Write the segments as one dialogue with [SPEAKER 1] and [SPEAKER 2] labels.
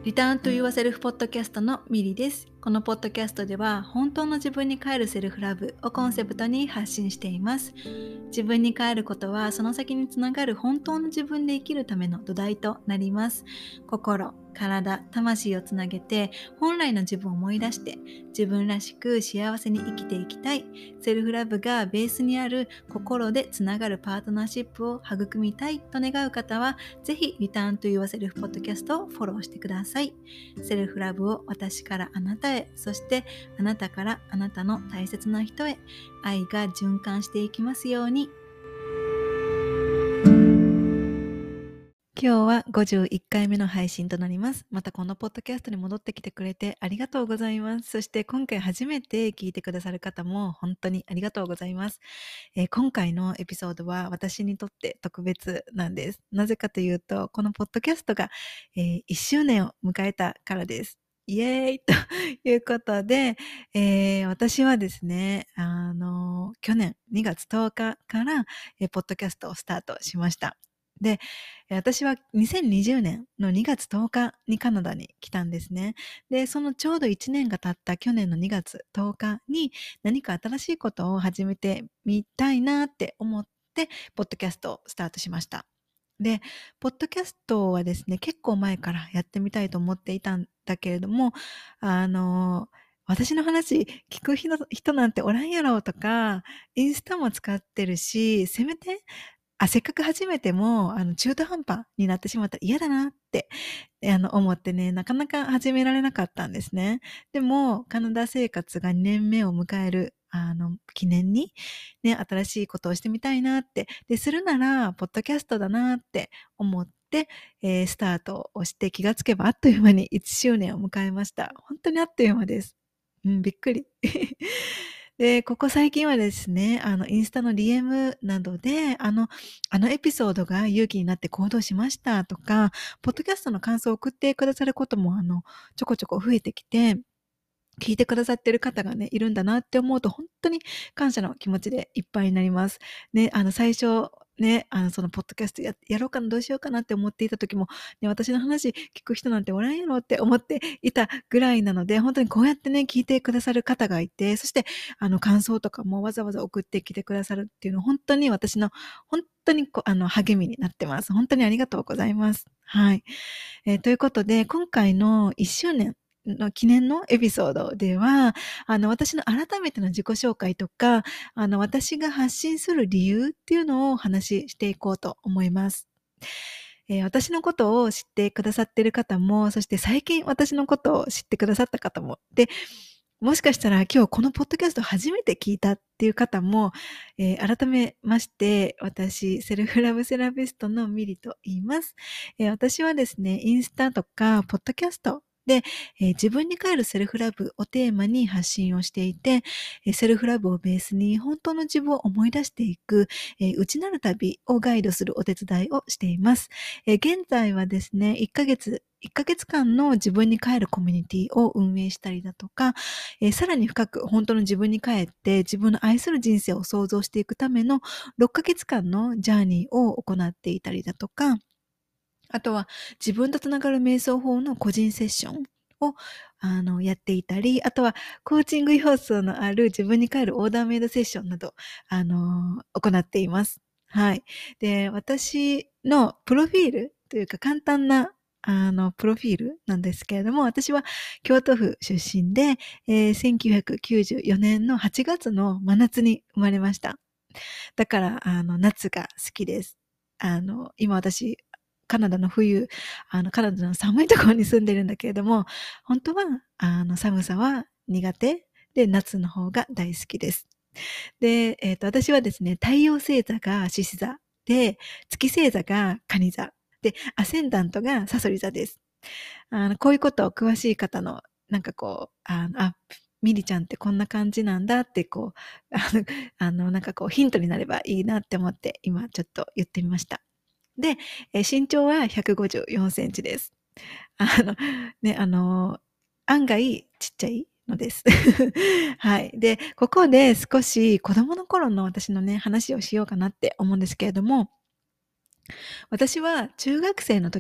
[SPEAKER 1] リターントゥユアセルフポッドキャストのミリです。このポッドキャストでは本当の自分に帰るセルフラブをコンセプトに発信しています。自分に帰ることはその先につながる本当の自分で生きるための土台となります。心、体、魂をつなげて本来の自分を思い出して自分らしく幸せに生きていきたい。セルフラブがベースにある心でつながるパートナーシップを育みたいと願う方はぜひリターントゥユアセルフポッドキャストをフォローしてください。セルフラブを私からあなたへ、そしてあなたからあなたの大切な人へ、愛が循環していきますように。今日は51回目の配信となります。またこのポッドキャストに戻ってきてくれてありがとうございます。そして今回初めて聞いてくださる方も本当にありがとうございます。今回のエピソードは私にとって特別なんです。なぜかというと、このポッドキャストが、1周年を迎えたからです。イエーイということで、私はですね、去年2月10日から、ポッドキャストをスタートしました。で、私は2020年の2月10日にカナダに来たんですね。で、そのちょうど1年が経った去年の2月10日に何か新しいことを始めてみたいなって思って、ポッドキャストをスタートしました。で、ポッドキャストはですね、結構前からやってみたいと思っていたんだけれども、私の話聞く人なんておらんやろとか、インスタも使ってるし、せめてせっかく始めても、中途半端になってしまったら嫌だなって、思ってね、なかなか始められなかったんですね。でも、カナダ生活が2年目を迎える、記念に、ね、新しいことをしてみたいなって、で、するなら、ポッドキャストだなって思って、スタートをして気がつけばあっという間に1周年を迎えました。本当にあっという間です。びっくり。で、ここ最近はですね、インスタの DM などで、あのエピソードが勇気になって行動しましたとか、ポッドキャストの感想を送ってくださることも、ちょこちょこ増えてきて、聞いてくださってる方がね、いるんだなって思うと、本当に感謝の気持ちでいっぱいになります。ね、最初、ね、そのポッドキャストやろうかな、どうしようかなって思っていた時も、ね、私の話聞く人なんておらんやろって思っていたぐらいなので、本当にこうやってね、聞いてくださる方がいて、そして、感想とかもわざわざ送ってきてくださるっていうのは、本当に私の、本当に励みになってます。本当にありがとうございます。はい。ということで、今回の1周年の記念のエピソードでは、私の改めての自己紹介とか、私が発信する理由っていうのをお話ししていこうと思います。私のことを知ってくださっている方も、そして最近私のことを知ってくださった方も、で、もしかしたら今日このポッドキャスト初めて聞いたっていう方も、改めまして、私、セルフラブセラピストのミリと言います。私はですね、インスタとか、ポッドキャストで、自分に帰るセルフラブをテーマに発信をしていて、セルフラブをベースに本当の自分を思い出していく、内なる旅をガイドするお手伝いをしています。現在はですね、1ヶ月間の自分に帰るコミュニティを運営したりだとか、さらに深く本当の自分に帰って自分の愛する人生を創造していくための6ヶ月間のジャーニーを行っていたりだとか、あとは自分とつながる瞑想法の個人セッションをやっていたり、あとはコーチング要素のある自分に帰るオーダーメイドセッションなど、行っています。はい。で、私のプロフィールというか簡単なプロフィールなんですけれども、私は京都府出身で、1994年の8月の真夏に生まれました。だから、夏が好きです。今私、カナダの冬、カナダの寒いところに住んでるんだけれども、本当は、寒さは苦手で、夏の方が大好きです。で、私はですね、太陽星座が獅子座で、月星座が蟹座で、アセンダントがサソリ座です。こういうことを詳しい方の、なんかこう、ミリちゃんってこんな感じなんだって、こう、なんかこう、ヒントになればいいなって思って、今ちょっと言ってみました。で、身長は154センチです。あの、ね、案外ちっちゃいのです。はい。で、ここで少し子供の頃の私のね、話をしようかなって思うんですけれども、私は中学生の時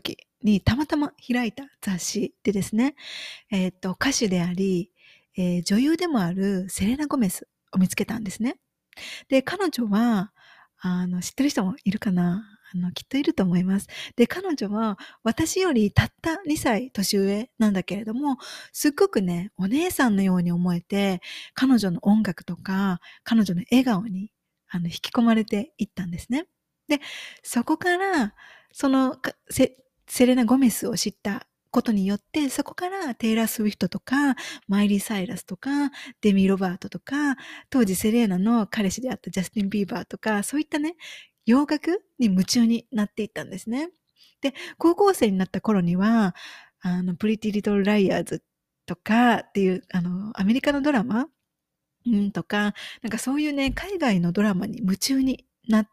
[SPEAKER 1] にたまたま開いた雑誌でですね、歌手であり、女優でもあるセレナ・ゴメスを見つけたんですね。で、彼女は、知ってる人もいるかな？きっといると思います。で、彼女は私よりたった2歳年上なんだけれども、すっごくね、お姉さんのように思えて、彼女の音楽とか、彼女の笑顔に、引き込まれていったんですね。で、そこから、その、セレナ・ゴメスを知ったことによって、そこからテイラー・スウィフトとか、マイリー・サイラスとか、デミ・ロバートとか、当時セレーナの彼氏であったジャスティン・ビーバーとか、そういったね、洋楽に夢中になっていったんですね。で、高校生になった頃には、プリティ・リトル・ライアーズとかっていう、アメリカのドラマとか、なんかそういうね、海外のドラマに夢中になって、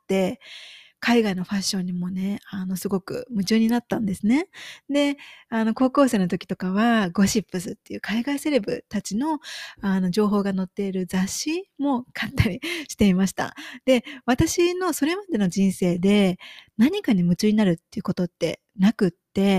[SPEAKER 1] 海外のファッションにもね、すごく夢中になったんですね。で、高校生の時とかは、ゴシップスっていう海外セレブたちの、情報が載っている雑誌も買ったりしていました。で、私のそれまでの人生で、何かに夢中になるっていうことってなくって、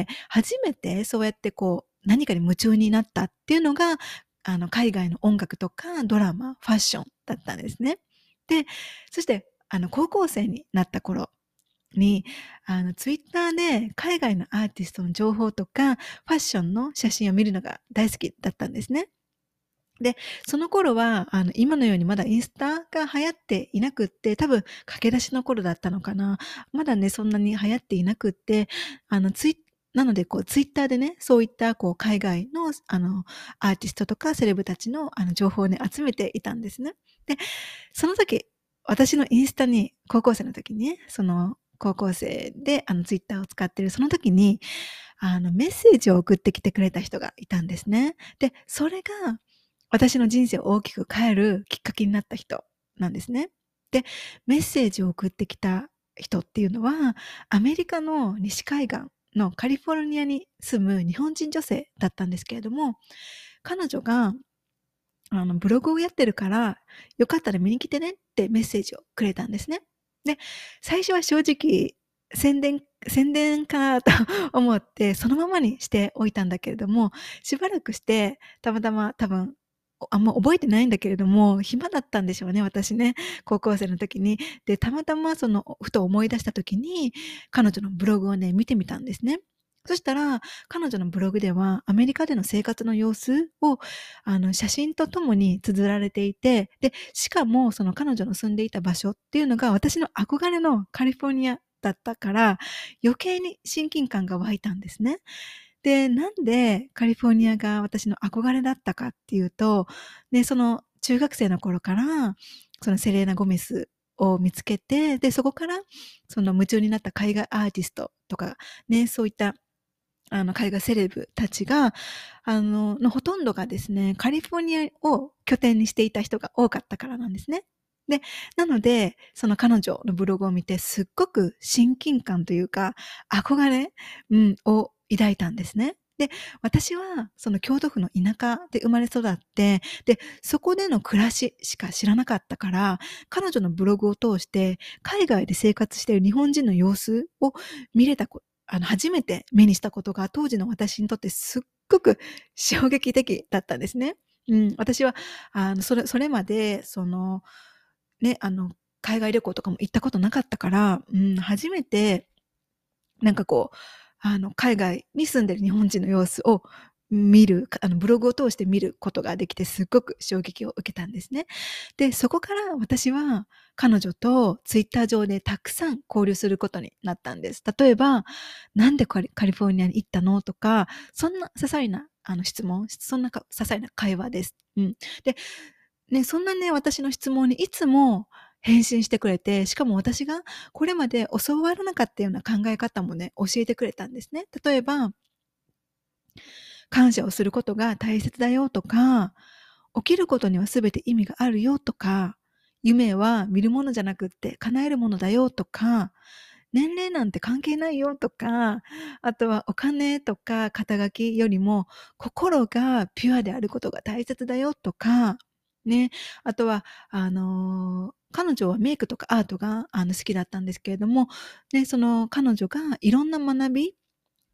[SPEAKER 1] 初めてそうやってこう、何かに夢中になったっていうのが、海外の音楽とかドラマ、ファッションだったんですね。で、そして、高校生になった頃に、ツイッターで海外のアーティストの情報とか、ファッションの写真を見るのが大好きだったんですね。で、その頃は、今のようにまだインスタが流行っていなくって、多分駆け出しの頃だったのかな。まだね、そんなに流行っていなくって、なので、こう、ツイッターでね、そういった、こう、海外の、アーティストとかセレブたちの、情報をね、集めていたんですね。で、その時、私のインスタに、高校生の時にね、その、高校生で、ツイッターを使ってるその時に、メッセージを送ってきてくれた人がいたんですね。で、それが、私の人生を大きく変えるきっかけになった人なんですね。で、メッセージを送ってきた人っていうのは、アメリカの西海岸のカリフォルニアに住む日本人女性だったんですけれども、彼女が、ブログをやってるから、よかったら見に来てねってメッセージをくれたんですね。で、最初は正直、宣伝かなと思って、そのままにしておいたんだけれども、しばらくして、たまたま多分、あんま覚えてないんだけれども、暇だったんでしょうね、私ね、高校生の時に。で、たまたまふと思い出した時に、彼女のブログをね、見てみたんですね。そしたら、彼女のブログでは、アメリカでの生活の様子を、写真とともに綴られていて、で、しかも、その彼女の住んでいた場所っていうのが、私の憧れのカリフォルニアだったから、余計に親近感が湧いたんですね。で、なんでカリフォルニアが私の憧れだったかっていうと、ね、その中学生の頃から、そのセレーナ・ゴメスを見つけて、で、そこから、その夢中になった海外アーティストとか、ね、そういった海外セレブたちが、ほとんどがですね、カリフォルニアを拠点にしていた人が多かったからなんですね。で、なので、その彼女のブログを見て、すっごく親近感というか、憧れ、を抱いたんですね。で、私は、その京都府の田舎で生まれ育って、で、そこでの暮らししか知らなかったから、彼女のブログを通して、海外で生活している日本人の様子を見れた初めて目にしたことが当時の私にとってすっごく衝撃的だったんですね。私は、それまで、ね、海外旅行とかも行ったことなかったから、初めて、なんかこう、海外に住んでる日本人の様子を見る、ブログを通して見ることができて、すっごく衝撃を受けたんですね。で、そこから私は彼女とツイッター上でたくさん交流することになったんです。例えば、なんでカリフォルニアに行ったのとか、そんな些細な質問、そんな些細な会話です。で、ね、そんなね、私の質問にいつも返信してくれて、しかも私がこれまで教わらなかったような考え方もね、教えてくれたんですね。例えば、感謝をすることが大切だよとか、起きることには全て意味があるよとか、夢は見るものじゃなくって叶えるものだよとか、年齢なんて関係ないよとか、あとはお金とか肩書きよりも心がピュアであることが大切だよとか、ね、あとは、彼女はメイクとかアートが好きだったんですけれども、ね、その彼女がいろんな学び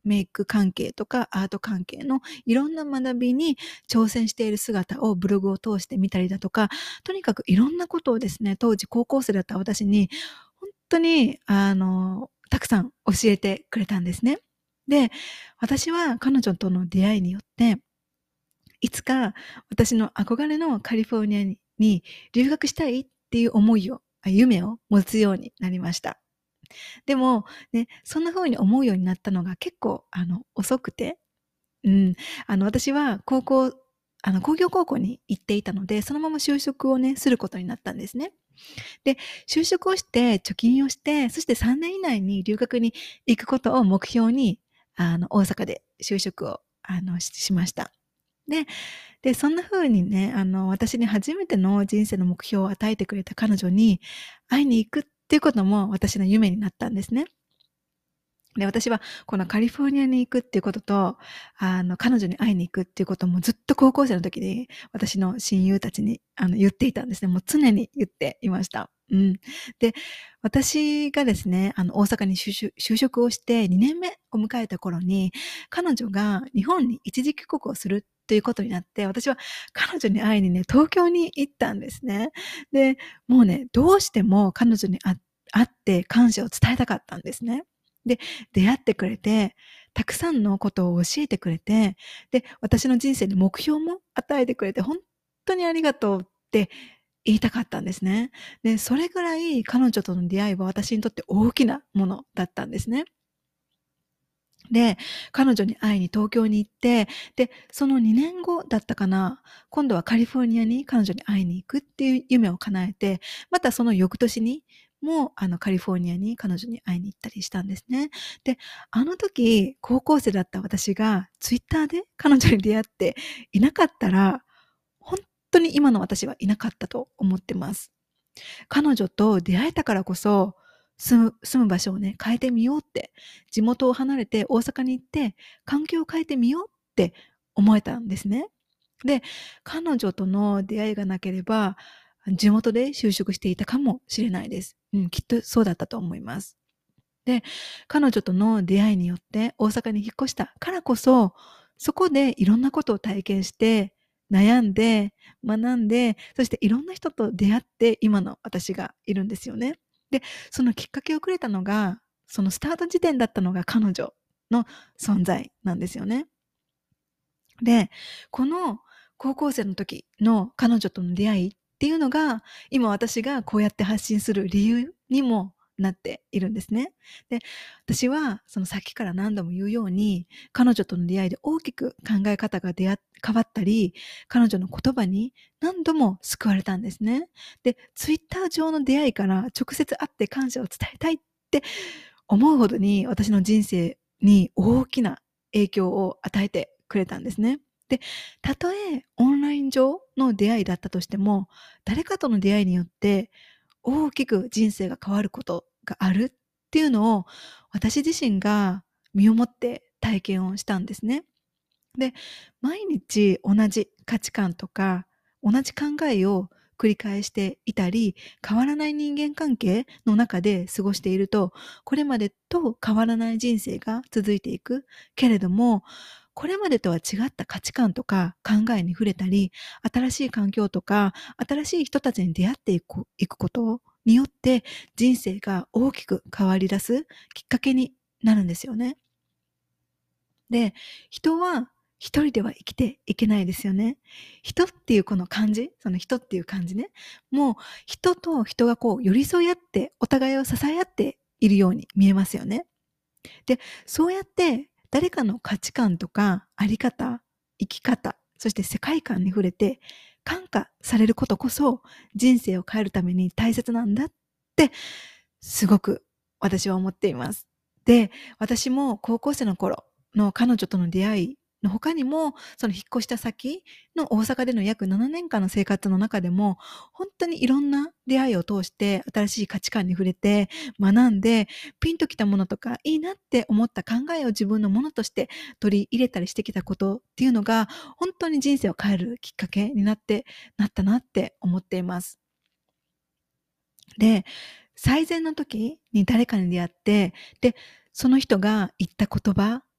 [SPEAKER 1] メイク関係とかアート関係のいろんな学びに挑戦している姿をブログを通して見たりだとか、とにかくいろんなことをですね、当時高校生だった私に本当にたくさん教えてくれたんですね。で、私は彼女との出会いによっていつか私の憧れのカリフォルニアに留学したいっていう夢を持つようになりました。でも、ね、そんな風に思うようになったのが結構、遅くて、うん、私は工業高校に行っていたので、そのまま就職をね、することになったんですね。で、就職をして、貯金をして、そして3年以内に留学に行くことを目標に、大阪で就職を、しました。で、そんな風にね、私に初めての人生の目標を与えてくれた彼女に会いに行くっていうことも私の夢になったんですね。で、私はこのカリフォルニアに行くっていうことと、彼女に会いに行くっていうこともずっと高校生の時に私の親友たちに言っていたんですね。もう常に言っていました。うん。で、私がですね、大阪に就職をして2年目を迎えた頃に、彼女が日本に一時帰国をするということになって、私は彼女に会いにね、東京に行ったんですね。で、もうね、どうしても彼女に会って感謝を伝えたかったんですね。で、出会ってくれて、たくさんのことを教えてくれて、で、私の人生に目標も与えてくれて、本当にありがとうって言いたかったんですね。で、それぐらい彼女との出会いは私にとって大きなものだったんですね。で、彼女に会いに東京に行って、で、その2年後だったかな、今度はカリフォルニアに彼女に会いに行くっていう夢を叶えて、またその翌年にもカリフォルニアに彼女に会いに行ったりしたんですね。で、あの時、高校生だった私がツイッターで彼女に出会っていなかったら、本当に今の私はいなかったと思ってます。彼女と出会えたからこそ、住む場所をね、変えてみようって、地元を離れて大阪に行って、環境を変えてみようって思えたんですね。で、彼女との出会いがなければ、地元で就職していたかもしれないです。うん、きっとそうだったと思います。で、彼女との出会いによって大阪に引っ越したからこそ、そこでいろんなことを体験して、悩んで、学んで、そしていろんな人と出会って今の私がいるんですよね。で、そのきっかけをくれたのが、そのスタート時点だったのが彼女の存在なんですよね。で、この高校生の時の彼女との出会いっていうのが、今私がこうやって発信する理由にもなっているんですね。で、私はそのさっきから何度も言うように、彼女との出会いで大きく考え方が変わったり、彼女の言葉に何度も救われたんですね。で、ツイッター上の出会いから直接会って感謝を伝えたいって思うほどに私の人生に大きな影響を与えてくれたんですね。で、たとえオンライン上の出会いだったとしても、誰かとの出会いによって大きく人生が変わることがあるっていうのを私自身が身をもって体験をしたんですね。で、毎日同じ価値観とか同じ考えを繰り返していたり、変わらない人間関係の中で過ごしていると、これまでと変わらない人生が続いていくけれども、これまでとは違った価値観とか考えに触れたり、新しい環境とか、新しい人たちに出会っていくことによって、人生が大きく変わり出すきっかけになるんですよね。で、人は一人では生きていけないですよね。人っていうこの漢字、その人っていう漢字ね。もう人と人がこう寄り添い合って、お互いを支え合っているように見えますよね。で、そうやって誰かの価値観とかあり方、生き方、そして世界観に触れて感化されることこそ人生を変えるために大切なんだってすごく私は思っています。で、私も高校生の頃の彼女との出会いの他にも、その引っ越した先の大阪での約7年間の生活の中でも、本当にいろんな出会いを通して新しい価値観に触れて学んで、ピンときたものとかいいなって思った考えを自分のものとして取り入れたりしてきたことっていうのが、本当に人生を変えるきっかけになったなって思っています。で、最善の時に誰かに出会って、で、その人が言った言葉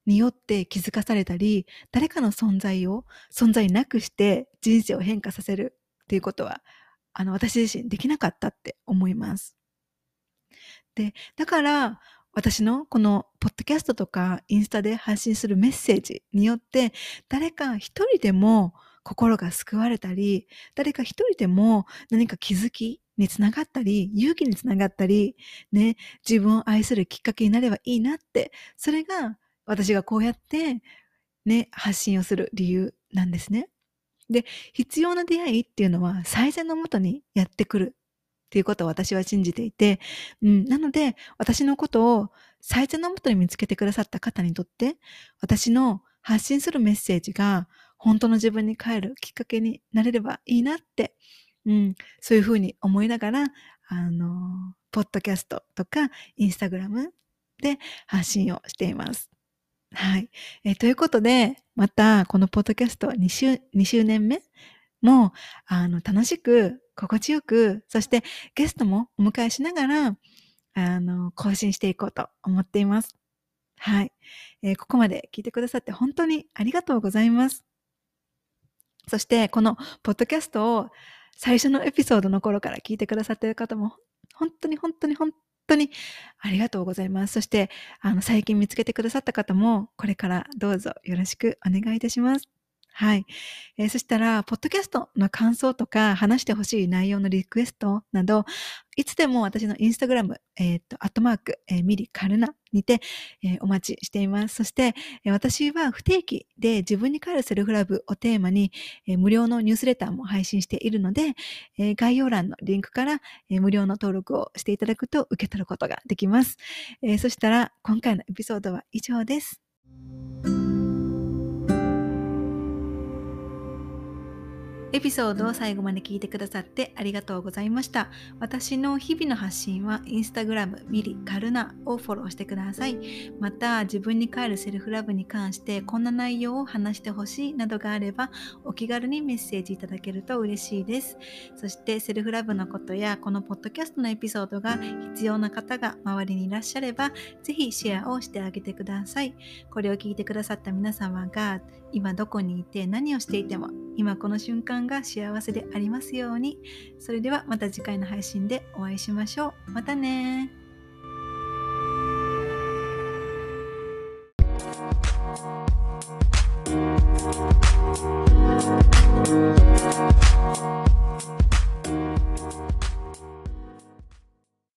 [SPEAKER 1] によって気づかされたり、誰かの存在なくして人生を変化させるっていうことは、私自身できなかったって思います。で、だから、私のこのポッドキャストとかインスタで発信するメッセージによって、誰か一人でも心が救われたり、誰か一人でも何か気づきにつながったり、勇気につながったり、ね、自分を愛するきっかけになればいいなって、それが私がこうやってね、発信をする理由なんですね。で、必要な出会いっていうのは最善のもとにやってくるっていうことを私は信じていて、なので、私のことを最善のもとに見つけてくださった方にとって、私の発信するメッセージが本当の自分に帰るきっかけになれればいいなって、そういうふうに思いながら、ポッドキャストとかインスタグラムで発信をしています。はい。ということで、またこのポッドキャスト2周年目も、楽しく、心地よく、そしてゲストもお迎えしながら、更新していこうと思っています。はい。ここまで聞いてくださって本当にありがとうございます。そして、このポッドキャストを最初のエピソードの頃から聞いてくださっている方も、本当に本当に本当にありがとうございます。そして、最近見つけてくださった方も、これからどうぞよろしくお願いいたします。はい。そしたら、ポッドキャストの感想とか、話してほしい内容のリクエストなど、いつでも私のインスタグラム、ミリカルナにて、お待ちしています。そして、私は不定期で自分に帰るセルフラブをテーマに、無料のニュースレターも配信しているので、概要欄のリンクから、無料の登録をしていただくと受け取ることができます。そしたら、今回のエピソードは以上です。エピソードを最後まで聞いてくださってありがとうございました。私の日々の発信はインスタグラムミリカルナをフォローしてください。また自分に帰るセルフラブに関してこんな内容を話してほしいなどがあればお気軽にメッセージいただけると嬉しいです。そしてセルフラブのことやこのポッドキャストのエピソードが必要な方が周りにいらっしゃればぜひシェアをしてあげてください。これを聞いてくださった皆様が今どこにいて何をしていても今この瞬間が幸せでありますように。それではまた次回の配信でお会いしましょう。またね。